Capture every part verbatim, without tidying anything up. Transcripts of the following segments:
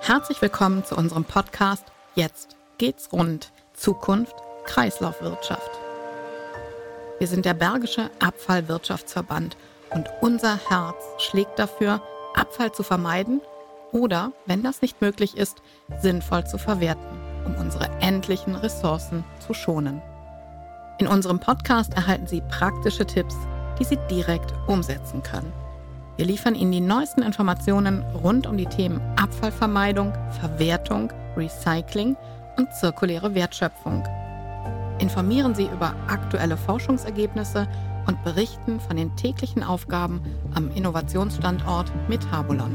Herzlich willkommen zu unserem Podcast Jetzt geht's rund. Zukunft Kreislaufwirtschaft. Wir sind der Bergische Abfallwirtschaftsverband und unser Herz schlägt dafür, Abfall zu vermeiden oder, wenn das nicht möglich ist, sinnvoll zu verwerten, um unsere endlichen Ressourcen zu schonen. In unserem Podcast erhalten Sie praktische Tipps, die Sie direkt umsetzen können. Wir liefern Ihnen die neuesten Informationen rund um die Themen Abfallvermeidung, Verwertung, Recycling und zirkuläre Wertschöpfung. Informieren Sie über aktuelle Forschungsergebnisse und berichten von den täglichen Aufgaben am Innovationsstandort Metabolon.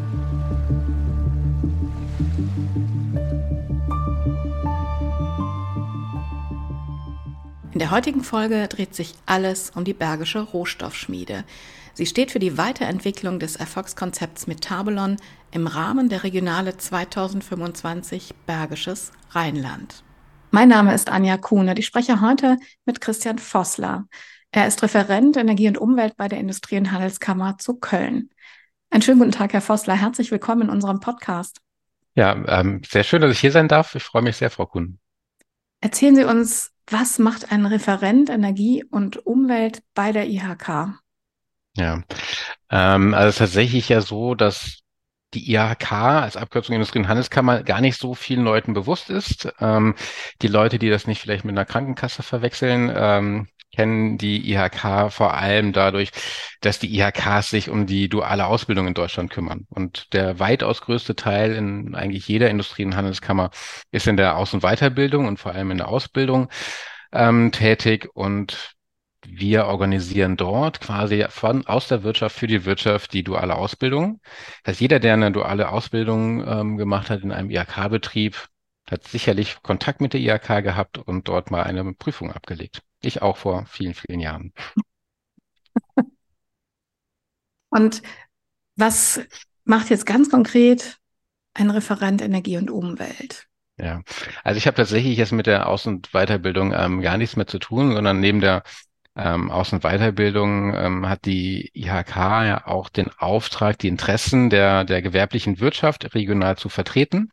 In der heutigen Folge dreht sich alles um die Bergische Rohstoffschmiede. Sie steht für die Weiterentwicklung des Erfolgskonzepts Metabolon im Rahmen der Regionale zweitausendfünfundzwanzig Bergisches Rheinland. Mein Name ist Anja Kuhne. Ich spreche heute mit Christian Vossler. Er ist Referent Energie und Umwelt bei der Industrie- und Handelskammer zu Köln. Einen schönen guten Tag, Herr Vossler. Herzlich willkommen in unserem Podcast. Ja, ähm, sehr schön, dass ich hier sein darf. Ich freue mich sehr, Frau Kuhn. Erzählen Sie uns, was macht ein Referent Energie und Umwelt bei der I H K? Ja, ähm, also tatsächlich ja so, dass die I H K als Abkürzung Industrie- und Handelskammer gar nicht so vielen Leuten bewusst ist. Ähm, die Leute, die das nicht vielleicht mit einer Krankenkasse verwechseln, ähm, kennen die I H K vor allem dadurch, dass die I H Ks sich um die duale Ausbildung in Deutschland kümmern. Und der weitaus größte Teil in eigentlich jeder Industrie- und Handelskammer ist in der Aus- und Weiterbildung und vor allem in der Ausbildung ähm, tätig. Und wir organisieren dort quasi von, aus der Wirtschaft für die Wirtschaft die duale Ausbildung. Das heißt, jeder, der eine duale Ausbildung ähm, gemacht hat in einem I H K-Betrieb, hat sicherlich Kontakt mit der I H K gehabt und dort mal eine Prüfung abgelegt. Ich auch vor vielen, vielen Jahren. Und was macht jetzt ganz konkret ein Referent Energie und Umwelt? Ja, also ich habe tatsächlich jetzt mit der Aus- und Weiterbildung ähm, gar nichts mehr zu tun, sondern neben der ähm, Aus- und Weiterbildung ähm, hat die I H K ja auch den Auftrag, die Interessen der, der gewerblichen Wirtschaft regional zu vertreten.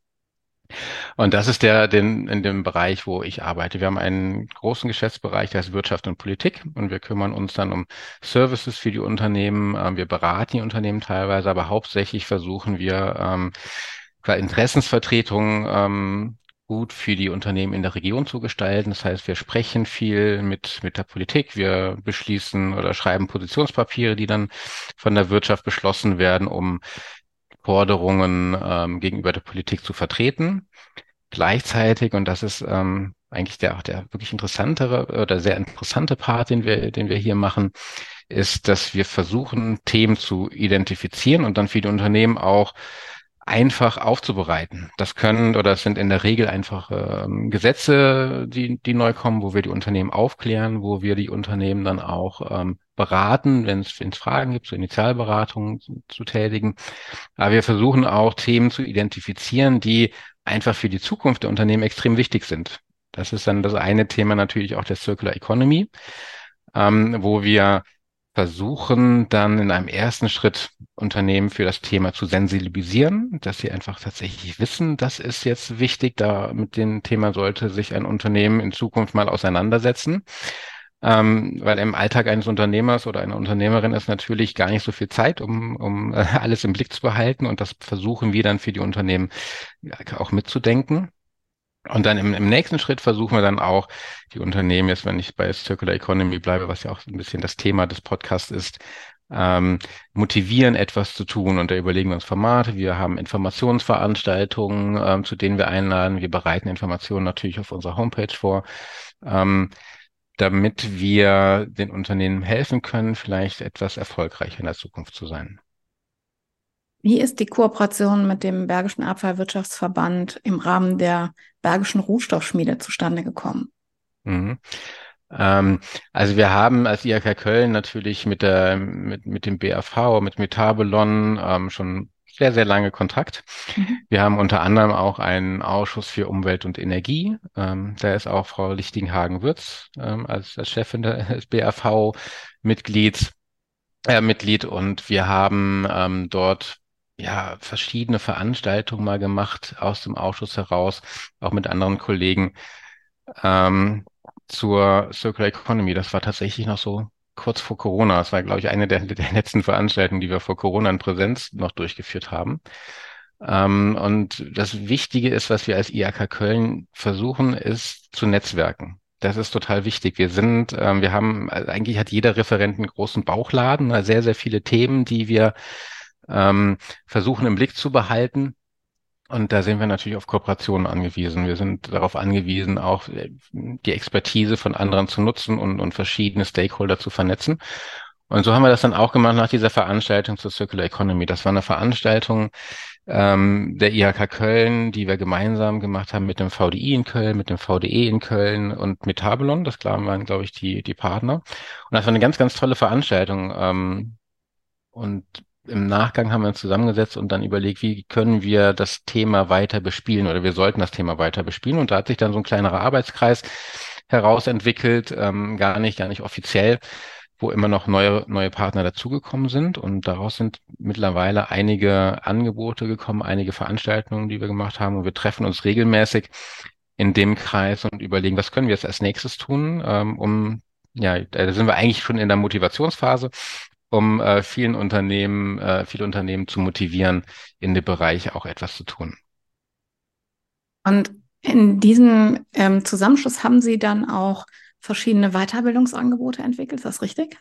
Und das ist der, den, in dem Bereich, wo ich arbeite. Wir haben einen großen Geschäftsbereich, der heißt Wirtschaft und Politik. Und wir kümmern uns dann um Services für die Unternehmen. Ähm, wir beraten die Unternehmen teilweise, aber hauptsächlich versuchen wir, ähm, qua Interessensvertretung, ähm, gut für die Unternehmen in der Region zu gestalten. Das heißt, wir sprechen viel mit, mit der Politik. Wir beschließen oder schreiben Positionspapiere, die dann von der Wirtschaft beschlossen werden, um Forderungen ähm, gegenüber der Politik zu vertreten. Gleichzeitig, und das ist ähm, eigentlich der, der wirklich interessantere oder sehr interessante Part, den wir, den wir hier machen, ist, dass wir versuchen, Themen zu identifizieren und dann für die Unternehmen auch einfach aufzubereiten. Das können oder das sind in der Regel einfach ähm, Gesetze, die, die neu kommen, wo wir die Unternehmen aufklären, wo wir die Unternehmen dann auch ähm, beraten, wenn es wenn es Fragen gibt, so Initialberatungen zu, zu tätigen. Aber wir versuchen auch Themen zu identifizieren, die einfach für die Zukunft der Unternehmen extrem wichtig sind. Das ist dann das eine Thema natürlich auch der Circular Economy, ähm, wo wir versuchen dann in einem ersten Schritt Unternehmen für das Thema zu sensibilisieren, dass sie einfach tatsächlich wissen, das ist jetzt wichtig, da mit dem Thema sollte sich ein Unternehmen in Zukunft mal auseinandersetzen. Ähm, weil im Alltag eines Unternehmers oder einer Unternehmerin ist natürlich gar nicht so viel Zeit, um, um äh, alles im Blick zu behalten. Und das versuchen wir dann für die Unternehmen ja, auch mitzudenken. Und dann im, im nächsten Schritt versuchen wir dann auch die Unternehmen, jetzt wenn ich bei Circular Economy bleibe, was ja auch ein bisschen das Thema des Podcasts ist, ähm, motivieren, etwas zu tun. Und da überlegen wir uns Formate. Wir haben Informationsveranstaltungen, ähm, zu denen wir einladen. Wir bereiten Informationen natürlich auf unserer Homepage vor, ähm, damit wir den Unternehmen helfen können, vielleicht etwas erfolgreicher in der Zukunft zu sein. Wie ist die Kooperation mit dem Bergischen Abfallwirtschaftsverband im Rahmen der Bergischen Rohstoffschmiede zustande gekommen? Mhm. Ähm, also wir haben als I H K Köln natürlich mit der, mit, mit dem B A V, mit Metabolon ähm, schon sehr, sehr lange Kontakt. Mhm. Wir haben unter anderem auch einen Ausschuss für Umwelt und Energie. Ähm, da ist auch Frau Lichtinghagen-Würz ähm, als, als Chefin des B A V Mitglied, äh, Mitglied und wir haben ähm, dort ja, verschiedene Veranstaltungen mal gemacht aus dem Ausschuss heraus, auch mit anderen Kollegen, ähm, zur Circular Economy. Das war tatsächlich noch so kurz vor Corona. Das war, glaube ich, eine der, der letzten Veranstaltungen, die wir vor Corona in Präsenz noch durchgeführt haben. Ähm, und das Wichtige ist, was wir als I H K Köln versuchen, ist zu netzwerken. Das ist total wichtig. Wir sind, ähm, wir haben, also eigentlich hat jeder Referent einen großen Bauchladen, äh, sehr, sehr viele Themen, die wir ähm, versuchen im Blick zu behalten. Und da sind wir natürlich auf Kooperationen angewiesen. Wir sind darauf angewiesen, auch äh, die Expertise von anderen zu nutzen und, und verschiedene Stakeholder zu vernetzen. Und so haben wir das dann auch gemacht nach dieser Veranstaltung zur Circular Economy. Das war eine Veranstaltung ähm, der I H K Köln, die wir gemeinsam gemacht haben mit dem V D I in Köln, mit dem V D E in Köln und mit Tabelon. Das klar waren, glaube ich, die, die Partner. Und das war eine ganz, ganz tolle Veranstaltung. Ähm, und im Nachgang haben wir uns zusammengesetzt und dann überlegt, wie können wir das Thema weiter bespielen oder wir sollten das Thema weiter bespielen. Und da hat sich dann so ein kleinerer Arbeitskreis herausentwickelt, ähm, gar nicht, gar nicht offiziell, wo immer noch neue, neue Partner dazugekommen sind. Und daraus sind mittlerweile einige Angebote gekommen, einige Veranstaltungen, die wir gemacht haben. Und wir treffen uns regelmäßig in dem Kreis und überlegen, was können wir jetzt als nächstes tun, ähm, um, ja, da sind wir eigentlich schon in der Motivationsphase, um äh, vielen Unternehmen, äh, viele Unternehmen zu motivieren, in dem Bereich auch etwas zu tun. Und in diesem ähm, Zusammenschluss haben Sie dann auch verschiedene Weiterbildungsangebote entwickelt, ist das richtig?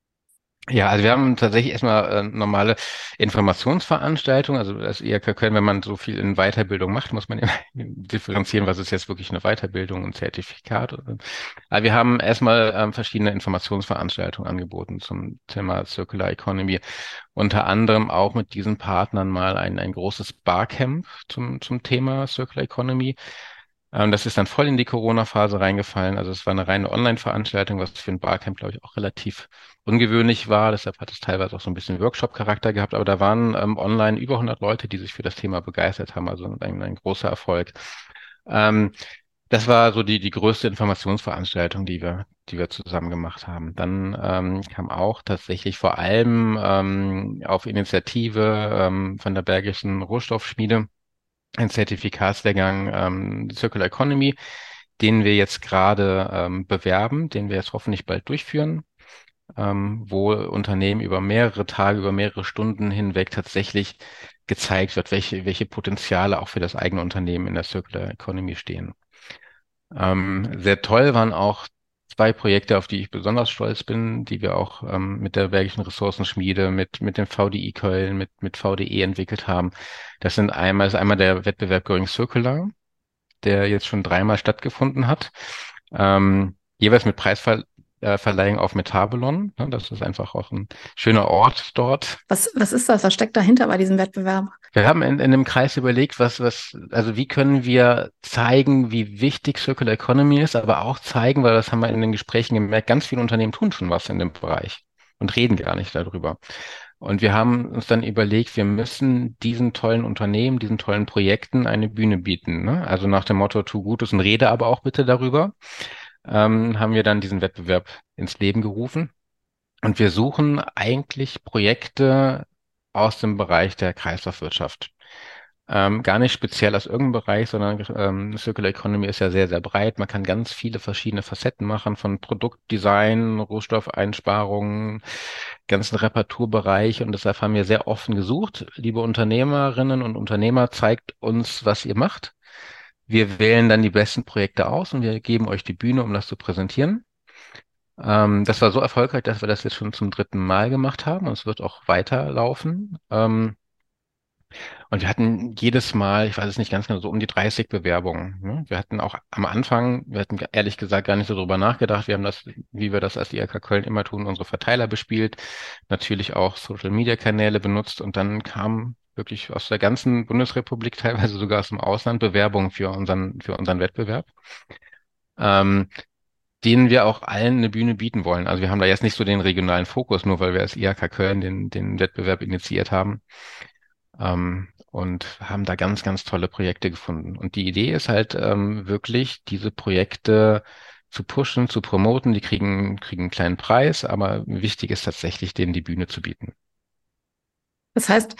Ja, also wir haben tatsächlich erstmal äh, normale Informationsveranstaltungen. Also das eher können, wenn man so viel in Weiterbildung macht, muss man immer differenzieren, was ist jetzt wirklich eine Weiterbildung und Zertifikat. Oder- Aber wir haben erstmal ähm, verschiedene Informationsveranstaltungen angeboten zum Thema Circular Economy. Unter anderem auch mit diesen Partnern mal ein, ein großes Barcamp zum, zum Thema Circular Economy. Ähm, das ist dann voll in die Corona-Phase reingefallen. Also es war eine reine Online-Veranstaltung, was für ein Barcamp, glaube ich, auch relativ ungewöhnlich war. Deshalb hat es teilweise auch so ein bisschen Workshop-Charakter gehabt. Aber da waren ähm, online über hundert Leute, die sich für das Thema begeistert haben. Also ein, ein großer Erfolg. Ähm, Das war so die, die größte Informationsveranstaltung, die wir, die wir zusammen gemacht haben. Dann ähm, kam auch tatsächlich vor allem ähm, auf Initiative ähm, von der Bergischen Rohstoffschmiede ein Zertifikatslehrgang ähm, Circular Economy, den wir jetzt gerade ähm, bewerben, den wir jetzt hoffentlich bald durchführen, ähm, wo Unternehmen über mehrere Tage, über mehrere Stunden hinweg tatsächlich gezeigt wird, welche, welche Potenziale auch für das eigene Unternehmen in der Circular Economy stehen. Ähm, sehr toll waren auch zwei Projekte, auf die ich besonders stolz bin, die wir auch ähm, mit der Bergischen Ressourcenschmiede, mit, mit dem V D I Köln, mit, mit V D E entwickelt haben. Das sind einmal, ist einmal der Wettbewerb Going Circular, der jetzt schon dreimal stattgefunden hat. Ähm, jeweils mit Preisverleihung auf Metabelon. Ne, das ist einfach auch ein schöner Ort dort. Was, was ist das? Was steckt dahinter bei diesem Wettbewerb? Wir haben in, in dem Kreis überlegt, was, was, also wie können wir zeigen, wie wichtig Circular Economy ist, aber auch zeigen, weil das haben wir in den Gesprächen gemerkt, ganz viele Unternehmen tun schon was in dem Bereich und reden gar nicht darüber. Und wir haben uns dann überlegt, wir müssen diesen tollen Unternehmen, diesen tollen Projekten eine Bühne bieten. Ne? Also nach dem Motto, tu Gutes und rede aber auch bitte darüber, ähm, haben wir dann diesen Wettbewerb ins Leben gerufen. Und wir suchen eigentlich Projekte aus dem Bereich der Kreislaufwirtschaft. Ähm, gar nicht speziell aus irgendeinem Bereich, sondern ähm, Circular Economy ist ja sehr, sehr breit. Man kann ganz viele verschiedene Facetten machen, von Produktdesign, Rohstoffeinsparungen, ganzen Reparaturbereich. Und deshalb haben wir sehr offen gesucht. Liebe Unternehmerinnen und Unternehmer, zeigt uns, was ihr macht. Wir wählen dann die besten Projekte aus und wir geben euch die Bühne, um das zu präsentieren. Ähm, das war so erfolgreich, dass wir das jetzt schon zum dritten Mal gemacht haben und es wird auch weiterlaufen. Ähm, und wir hatten jedes Mal, ich weiß es nicht ganz genau, so um die dreißig Bewerbungen. Ne? Wir hatten auch am Anfang, wir hatten ehrlich gesagt gar nicht so drüber nachgedacht. Wir haben das, wie wir das als I H K Köln immer tun, unsere Verteiler bespielt, natürlich auch Social Media Kanäle benutzt und dann kam wirklich aus der ganzen Bundesrepublik, teilweise sogar aus dem Ausland, Bewerbungen für unseren, für unseren Wettbewerb. Ähm, denen wir auch allen eine Bühne bieten wollen. Also wir haben da jetzt nicht so den regionalen Fokus, nur weil wir als I H K Köln den, den Wettbewerb initiiert haben, ähm, und haben da ganz, ganz tolle Projekte gefunden. Und die Idee ist halt ähm, wirklich, diese Projekte zu pushen, zu promoten. Die kriegen, kriegen einen kleinen Preis, aber wichtig ist tatsächlich, denen die Bühne zu bieten. Das heißt,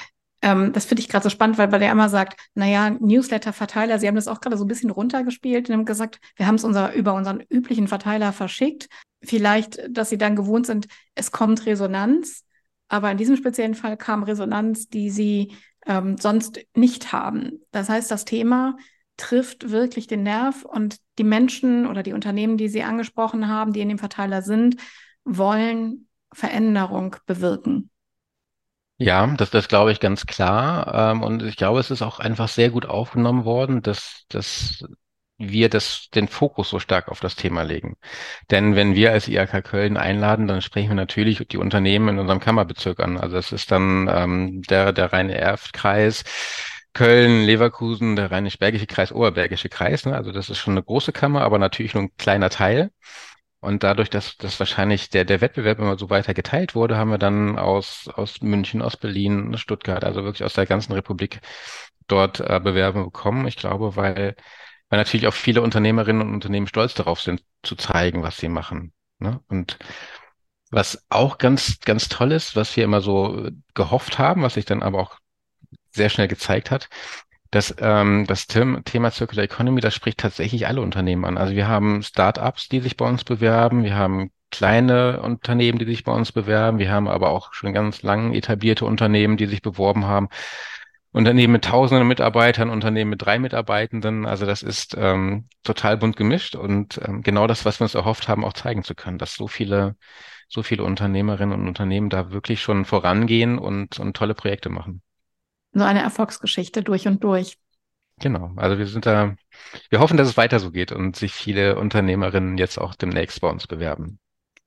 Ähm, das finde ich gerade so spannend, weil, weil der immer sagt, naja, Newsletter-Verteiler, Sie haben das auch gerade so ein bisschen runtergespielt und haben gesagt, wir haben es unser, über unseren üblichen Verteiler verschickt. Vielleicht, dass Sie dann gewohnt sind, es kommt Resonanz, aber in diesem speziellen Fall kam Resonanz, die Sie ähm, sonst nicht haben. Das heißt, das Thema trifft wirklich den Nerv und die Menschen oder die Unternehmen, die Sie angesprochen haben, die in dem Verteiler sind, wollen Veränderung bewirken. Ja, das, das glaube ich ganz klar. Ähm, und ich glaube, es ist auch einfach sehr gut aufgenommen worden, dass, dass wir das, den Fokus so stark auf das Thema legen. Denn wenn wir als I H K Köln einladen, dann sprechen wir natürlich die Unternehmen in unserem Kammerbezirk an. Also es ist dann ähm, der, der Rhein-Erft-Kreis, Köln, Leverkusen, der Rheinisch-Bergische Kreis, Oberbergische Kreis. Ne? Also das ist schon eine große Kammer, aber natürlich nur ein kleiner Teil. Und dadurch, dass, dass wahrscheinlich der, der Wettbewerb immer so weiter geteilt wurde, haben wir dann aus, aus München, aus Berlin, Stuttgart, also wirklich aus der ganzen Republik dort äh, Bewerbungen bekommen. Ich glaube, weil, weil natürlich auch viele Unternehmerinnen und Unternehmen stolz darauf sind, zu zeigen, was sie machen. Ne? Und was auch ganz, ganz toll ist, was wir immer so gehofft haben, was sich dann aber auch sehr schnell gezeigt hat, das, ähm, das Thema Thema Circular Economy, das spricht tatsächlich alle Unternehmen an. Also wir haben Start-ups, die sich bei uns bewerben, wir haben kleine Unternehmen, die sich bei uns bewerben, wir haben aber auch schon ganz lang etablierte Unternehmen, die sich beworben haben. Unternehmen mit tausenden Mitarbeitern, Unternehmen mit drei Mitarbeitenden. Also das ist ähm, total bunt gemischt und ähm, genau das, was wir uns erhofft haben, auch zeigen zu können, dass so viele, so viele Unternehmerinnen und Unternehmen da wirklich schon vorangehen und, und tolle Projekte machen. So eine Erfolgsgeschichte durch und durch. Genau. Also wir sind da, wir hoffen, dass es weiter so geht und sich viele Unternehmerinnen jetzt auch demnächst bei uns bewerben.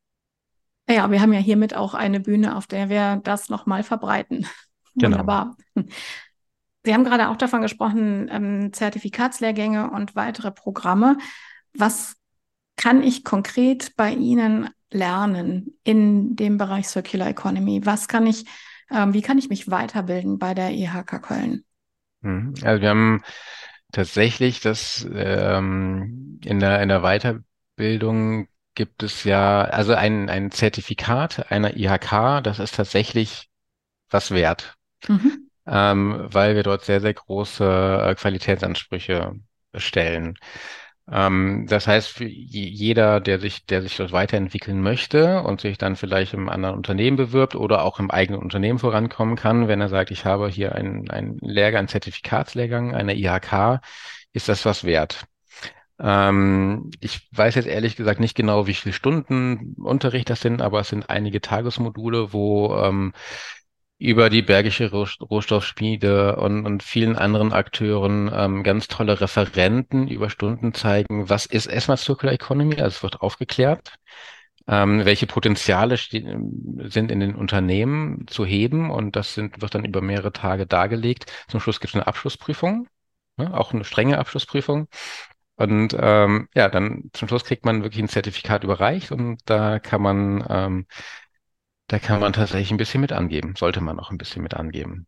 Ja, wir haben ja hiermit auch eine Bühne, auf der wir das nochmal verbreiten. Genau. Wunderbar. Sie haben gerade auch davon gesprochen, ähm, Zertifikatslehrgänge und weitere Programme. Was kann ich konkret bei Ihnen lernen in dem Bereich Circular Economy? Was kann ich, ähm, wie kann ich mich weiterbilden bei der I H K Köln? Mhm. Also wir haben tatsächlich das ähm, in der in der Weiterbildung gibt es ja also ein ein Zertifikat einer I H K, das ist tatsächlich was wert, Mhm. ähm, weil wir dort sehr sehr große äh, Qualitätsansprüche stellen. Ähm, das heißt, für je- jeder, der sich, der sich dort weiterentwickeln möchte und sich dann vielleicht im anderen Unternehmen bewirbt oder auch im eigenen Unternehmen vorankommen kann, wenn er sagt, ich habe hier einen, einen Lehrgang, einen Zertifikatslehrgang einer I H K, ist das was wert. Ähm, ich weiß jetzt ehrlich gesagt nicht genau, wie viele Stunden Unterricht das sind, aber es sind einige Tagesmodule, wo ähm, über die Bergische Roh- Rohstoffschmiede und, und vielen anderen Akteuren ähm, ganz tolle Referenten über Stunden zeigen, was ist erstmal Circular Economy, also es wird aufgeklärt, ähm, welche Potenziale ste- sind in den Unternehmen zu heben und das sind, wird dann über mehrere Tage dargelegt. Zum Schluss gibt es eine Abschlussprüfung, ne, auch eine strenge Abschlussprüfung. Und ähm, ja, dann zum Schluss kriegt man wirklich ein Zertifikat überreicht und da kann man ähm, da kann man tatsächlich ein bisschen mit angeben, sollte man auch ein bisschen mit angeben.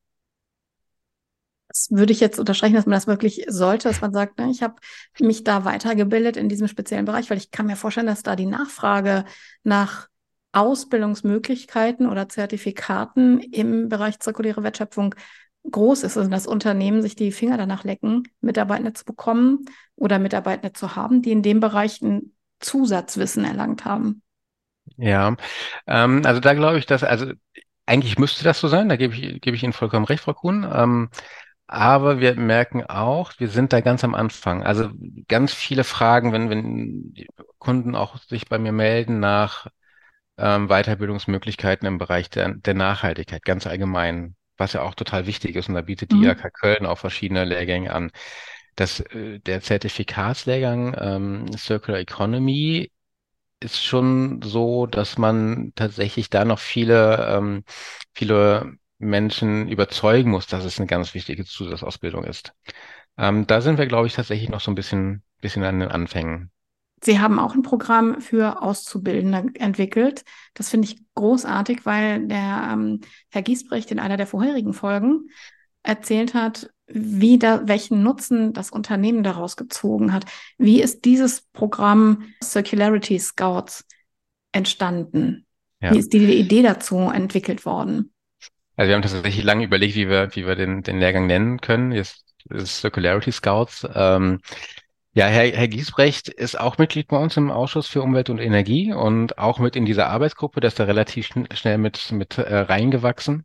Das würde ich jetzt unterstreichen, dass man das wirklich sollte, dass man sagt, ne, ich habe mich da weitergebildet in diesem speziellen Bereich, weil ich kann mir vorstellen, dass da die Nachfrage nach Ausbildungsmöglichkeiten oder Zertifikaten im Bereich zirkuläre Wertschöpfung groß ist, also dass Unternehmen sich die Finger danach lecken, Mitarbeitende zu bekommen oder Mitarbeitende zu haben, die in dem Bereich ein Zusatzwissen erlangt haben. Ja, ähm, also da glaube ich, dass, also eigentlich müsste das so sein, da gebe ich, gebe ich Ihnen vollkommen recht, Frau Kuhn. Ähm, aber wir merken auch, wir sind da ganz am Anfang. Also ganz viele Fragen, wenn, wenn die Kunden auch sich bei mir melden nach ähm, Weiterbildungsmöglichkeiten im Bereich der, der Nachhaltigkeit, ganz allgemein, was ja auch total wichtig ist. Und da bietet die Mhm. I H K Köln auch verschiedene Lehrgänge an. Das, äh, der Zertifikatslehrgang ähm, Circular Economy ist schon so, dass man tatsächlich da noch viele, ähm, viele Menschen überzeugen muss, dass es eine ganz wichtige Zusatzausbildung ist. Ähm, da sind wir, glaube ich, tatsächlich noch so ein bisschen, bisschen an den Anfängen. Sie haben auch ein Programm für Auszubildende entwickelt. Das finde ich großartig, weil der ähm, Herr Giesbrecht in einer der vorherigen Folgen erzählt hat, wie da, welchen Nutzen das Unternehmen daraus gezogen hat. Wie ist dieses Programm Circularity Scouts entstanden? Wie Ja. ist die Idee dazu entwickelt worden? Also wir haben tatsächlich lange überlegt, wie wir, wie wir den, den Lehrgang nennen können. Jetzt ist Circularity Scouts. Ähm, ja, Herr, Herr Giesbrecht ist auch Mitglied bei uns im Ausschuss für Umwelt und Energie und auch mit in dieser Arbeitsgruppe. Der ist da relativ schn schnell mit, mit äh, reingewachsen.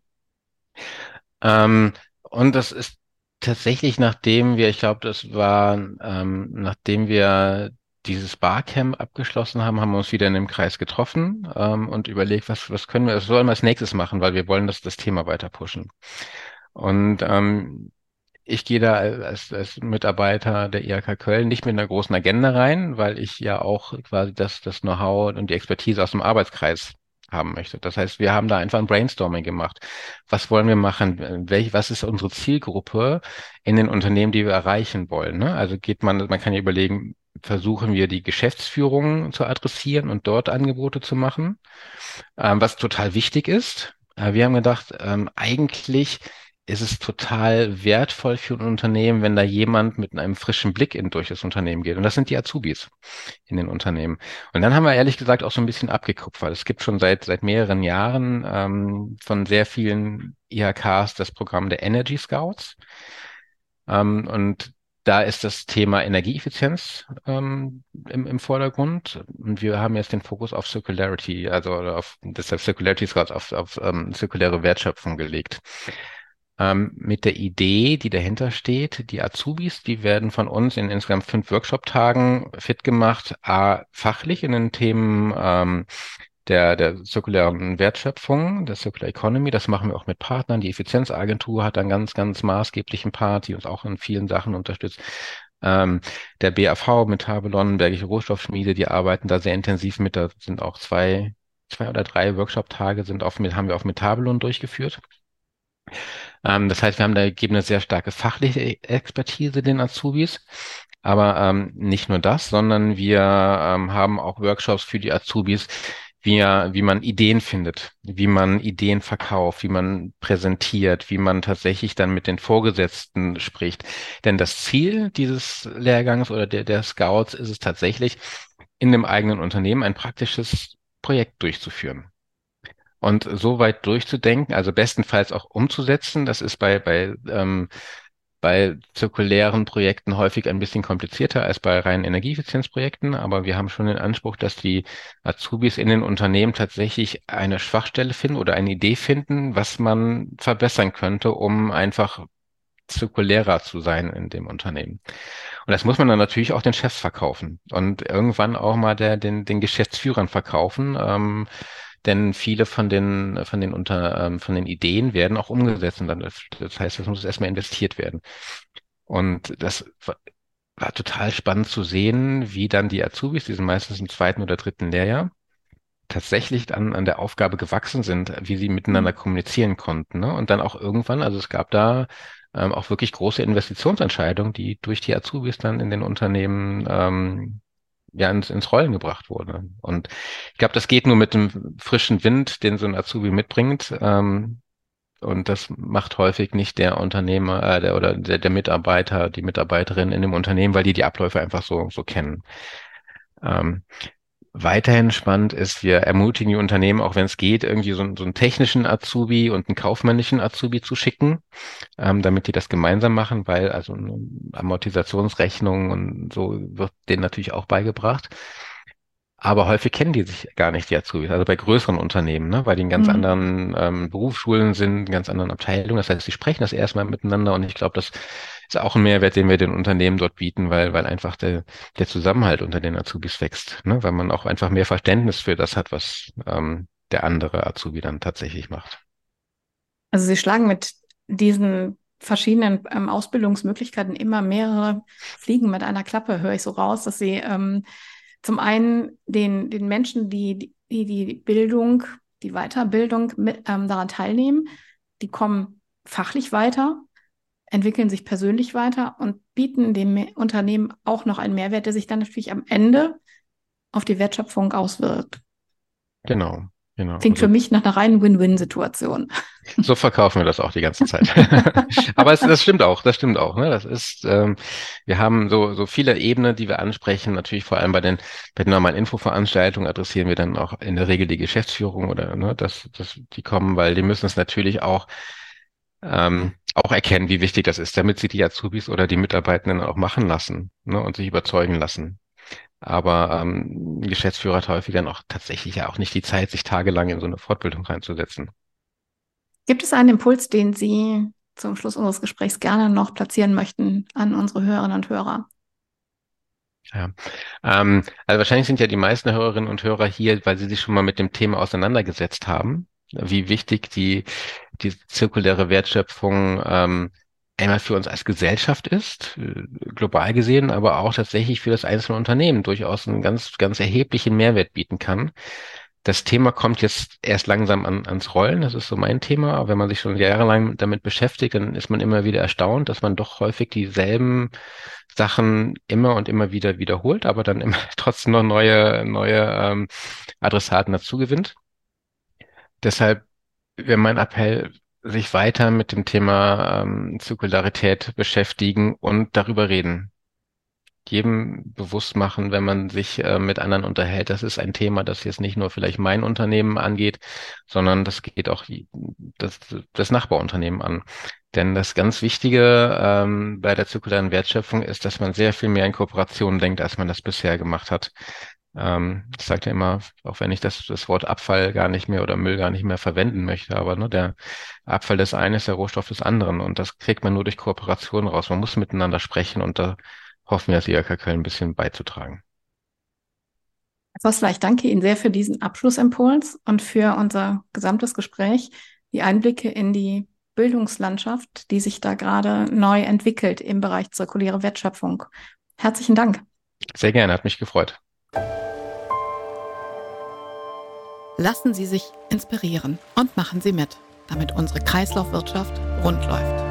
Ähm, und das ist tatsächlich, nachdem wir, ich glaube, das war, ähm, nachdem wir dieses Barcamp abgeschlossen haben, haben wir uns wieder in dem Kreis getroffen, ähm, und überlegt, was, was können wir, was sollen wir als nächstes machen, weil wir wollen das, das Thema weiter pushen. Und ähm, ich gehe da als, als Mitarbeiter der I H K Köln nicht mit einer großen Agenda rein, weil ich ja auch quasi das, das Know-how und die Expertise aus dem Arbeitskreis haben möchte. Das heißt, wir haben da einfach ein Brainstorming gemacht. Was wollen wir machen? Welch, was ist unsere Zielgruppe in den Unternehmen, die wir erreichen wollen? Ne? Also geht man, man kann ja überlegen, versuchen wir die Geschäftsführung zu adressieren und dort Angebote zu machen, ähm, was total wichtig ist. Äh, wir haben gedacht, ähm, eigentlich ist es total wertvoll für ein Unternehmen, wenn da jemand mit einem frischen Blick in, durch das Unternehmen geht. Und das sind die Azubis in den Unternehmen. Und dann haben wir ehrlich gesagt auch so ein bisschen abgekupfert. Es gibt schon seit, seit mehreren Jahren ähm, von sehr vielen I H Ks das Programm der Energy Scouts. Ähm, und da ist das Thema Energieeffizienz ähm, im, im Vordergrund. Und wir haben jetzt den Fokus auf Circularity, also auf deshalb Circularity Scouts auf, auf ähm, zirkuläre Wertschöpfung gelegt. Ähm, mit der Idee, die dahinter steht, die Azubis, die werden von uns in insgesamt fünf Workshop-Tagen fit gemacht, a, fachlich in den Themen ähm, der, der zirkulären Wertschöpfung, der Circular Economy. Das machen wir auch mit Partnern. Die Effizienzagentur hat einen ganz, ganz maßgeblichen Part, die uns auch in vielen Sachen unterstützt. Ähm, der B A V, Methabelon, Bergische Rohstoffschmiede, die arbeiten da sehr intensiv mit. Da sind auch zwei, zwei oder drei Workshop-Tage sind auf, haben wir auf Methabelon durchgeführt. Ähm, das heißt, wir haben da geben eine sehr starke fachliche Expertise den Azubis. Aber ähm, nicht nur das, sondern wir ähm, haben auch Workshops für die Azubis, wie, wie man Ideen findet, wie man Ideen verkauft, wie man präsentiert, wie man tatsächlich dann mit den Vorgesetzten spricht. Denn das Ziel dieses Lehrgangs oder der, der Scouts ist es tatsächlich, in dem eigenen Unternehmen ein praktisches Projekt durchzuführen. Und so weit durchzudenken, also bestenfalls auch umzusetzen, das ist bei, bei, ähm, bei zirkulären Projekten häufig ein bisschen komplizierter als bei reinen Energieeffizienzprojekten, aber wir haben schon den Anspruch, dass die Azubis in den Unternehmen tatsächlich eine Schwachstelle finden oder eine Idee finden, was man verbessern könnte, um einfach zirkulärer zu sein in dem Unternehmen. Und das muss man dann natürlich auch den Chefs verkaufen und irgendwann auch mal der, den, den Geschäftsführern verkaufen. Ähm, denn viele von den, von den unter, ähm, von den Ideen werden auch umgesetzt. Und dann, das heißt, das muss erstmal investiert werden. Und das war, war total spannend zu sehen, wie dann die Azubis, die sind meistens im zweiten oder dritten Lehrjahr, tatsächlich an, an der Aufgabe gewachsen sind, wie sie miteinander kommunizieren konnten. Ne? Und dann auch irgendwann, also es gab da ähm, auch wirklich große Investitionsentscheidungen, die durch die Azubis dann in den Unternehmen ähm, ja ins, ins Rollen gebracht wurde. Und ich glaube, das geht nur mit dem frischen Wind, den so ein Azubi mitbringt. Ähm, und das macht häufig nicht der Unternehmer äh, der, oder der, der Mitarbeiter, die Mitarbeiterin in dem Unternehmen, weil die die Abläufe einfach so, so kennen. Ähm, Weiterhin spannend ist, wir ermutigen die Unternehmen, auch wenn es geht, irgendwie so, einen- so einen technischen Azubi und einen kaufmännischen Azubi zu schicken, ähm, damit die das gemeinsam machen, weil also eine Amortisationsrechnung und so wird denen natürlich auch beigebracht. Aber häufig kennen die sich gar nicht, die Azubis, also bei größeren Unternehmen, ne, weil die in ganz Mhm. anderen ähm, Berufsschulen sind, in ganz anderen Abteilungen. Das heißt, sie sprechen das erstmal miteinander und ich glaube, das ist auch ein Mehrwert, den wir den Unternehmen dort bieten, weil, weil einfach der, der Zusammenhalt unter den Azubis wächst, ne, weil man auch einfach mehr Verständnis für das hat, was ähm, der andere Azubi dann tatsächlich macht. Also Sie schlagen mit diesen verschiedenen ähm, Ausbildungsmöglichkeiten immer mehrere Fliegen mit einer Klappe, höre ich so raus, dass Sie ähm, zum einen den, den Menschen, die, die die Bildung, die Weiterbildung mit, ähm, daran teilnehmen, die kommen fachlich weiter, entwickeln sich persönlich weiter und bieten dem Me- Unternehmen auch noch einen Mehrwert, der sich dann natürlich am Ende auf die Wertschöpfung auswirkt. Genau. Genau. Klingt Also, für mich nach einer reinen Win-Win-Situation. so verkaufen wir das auch die ganze Zeit. Aber es, das stimmt auch, das stimmt auch. Ne? Das ist, ähm, wir haben so, so viele Ebenen, die wir ansprechen. Natürlich vor allem bei den, bei den normalen Infoveranstaltungen adressieren wir dann auch in der Regel die Geschäftsführung oder ne, dass, dass die kommen, weil die müssen es natürlich auch ähm, auch erkennen, wie wichtig das ist, damit sie die Azubis oder die Mitarbeitenden auch machen lassen, ne, und sich überzeugen lassen. Aber ähm, ein Geschäftsführer hat häufig dann auch tatsächlich ja auch nicht die Zeit, sich tagelang in so eine Fortbildung reinzusetzen. Gibt es einen Impuls, den Sie zum Schluss unseres Gesprächs gerne noch platzieren möchten an unsere Hörerinnen und Hörer? Ja, ähm, also wahrscheinlich sind ja die meisten Hörerinnen und Hörer hier, weil sie sich schon mal mit dem Thema auseinandergesetzt haben, wie wichtig die, die zirkuläre Wertschöpfung ähm, einmal für uns als Gesellschaft ist, äh, global gesehen, aber auch tatsächlich für das einzelne Unternehmen durchaus einen ganz, ganz erheblichen Mehrwert bieten kann. Das Thema kommt jetzt erst langsam an, ans Rollen. Das ist so mein Thema. Aber wenn man sich schon jahrelang damit beschäftigt, dann ist man immer wieder erstaunt, dass man doch häufig dieselben Sachen immer und immer wieder wiederholt, aber dann immer trotzdem noch neue, neue ähm, Adressaten dazu gewinnt. Deshalb wäre mein Appell, sich weiter mit dem Thema ähm, Zirkularität beschäftigen und darüber reden. Jedem bewusst machen, wenn man sich äh, mit anderen unterhält, das ist ein Thema, das jetzt nicht nur vielleicht mein Unternehmen angeht, sondern das geht auch die, das, das Nachbarunternehmen an. Denn das ganz Wichtige ähm, bei der zirkulären Wertschöpfung ist, dass man sehr viel mehr in Kooperation denkt, als man das bisher gemacht hat. Ähm, ich sage ja immer, auch wenn ich das, das Wort Abfall gar nicht mehr oder Müll gar nicht mehr verwenden möchte, aber ne, der Abfall des einen ist der Rohstoff des anderen und das kriegt man nur durch Kooperation raus. Man muss miteinander sprechen und da hoffen wir als I H K Köln ein bisschen beizutragen. Herr Vossler, ich danke Ihnen sehr für diesen Abschlussimpuls und für unser gesamtes Gespräch, die Einblicke in die Bildungslandschaft, die sich da gerade neu entwickelt im Bereich zirkuläre Wertschöpfung. Herzlichen Dank. Sehr gerne, hat mich gefreut. Lassen Sie sich inspirieren und machen Sie mit, damit unsere Kreislaufwirtschaft rund läuft.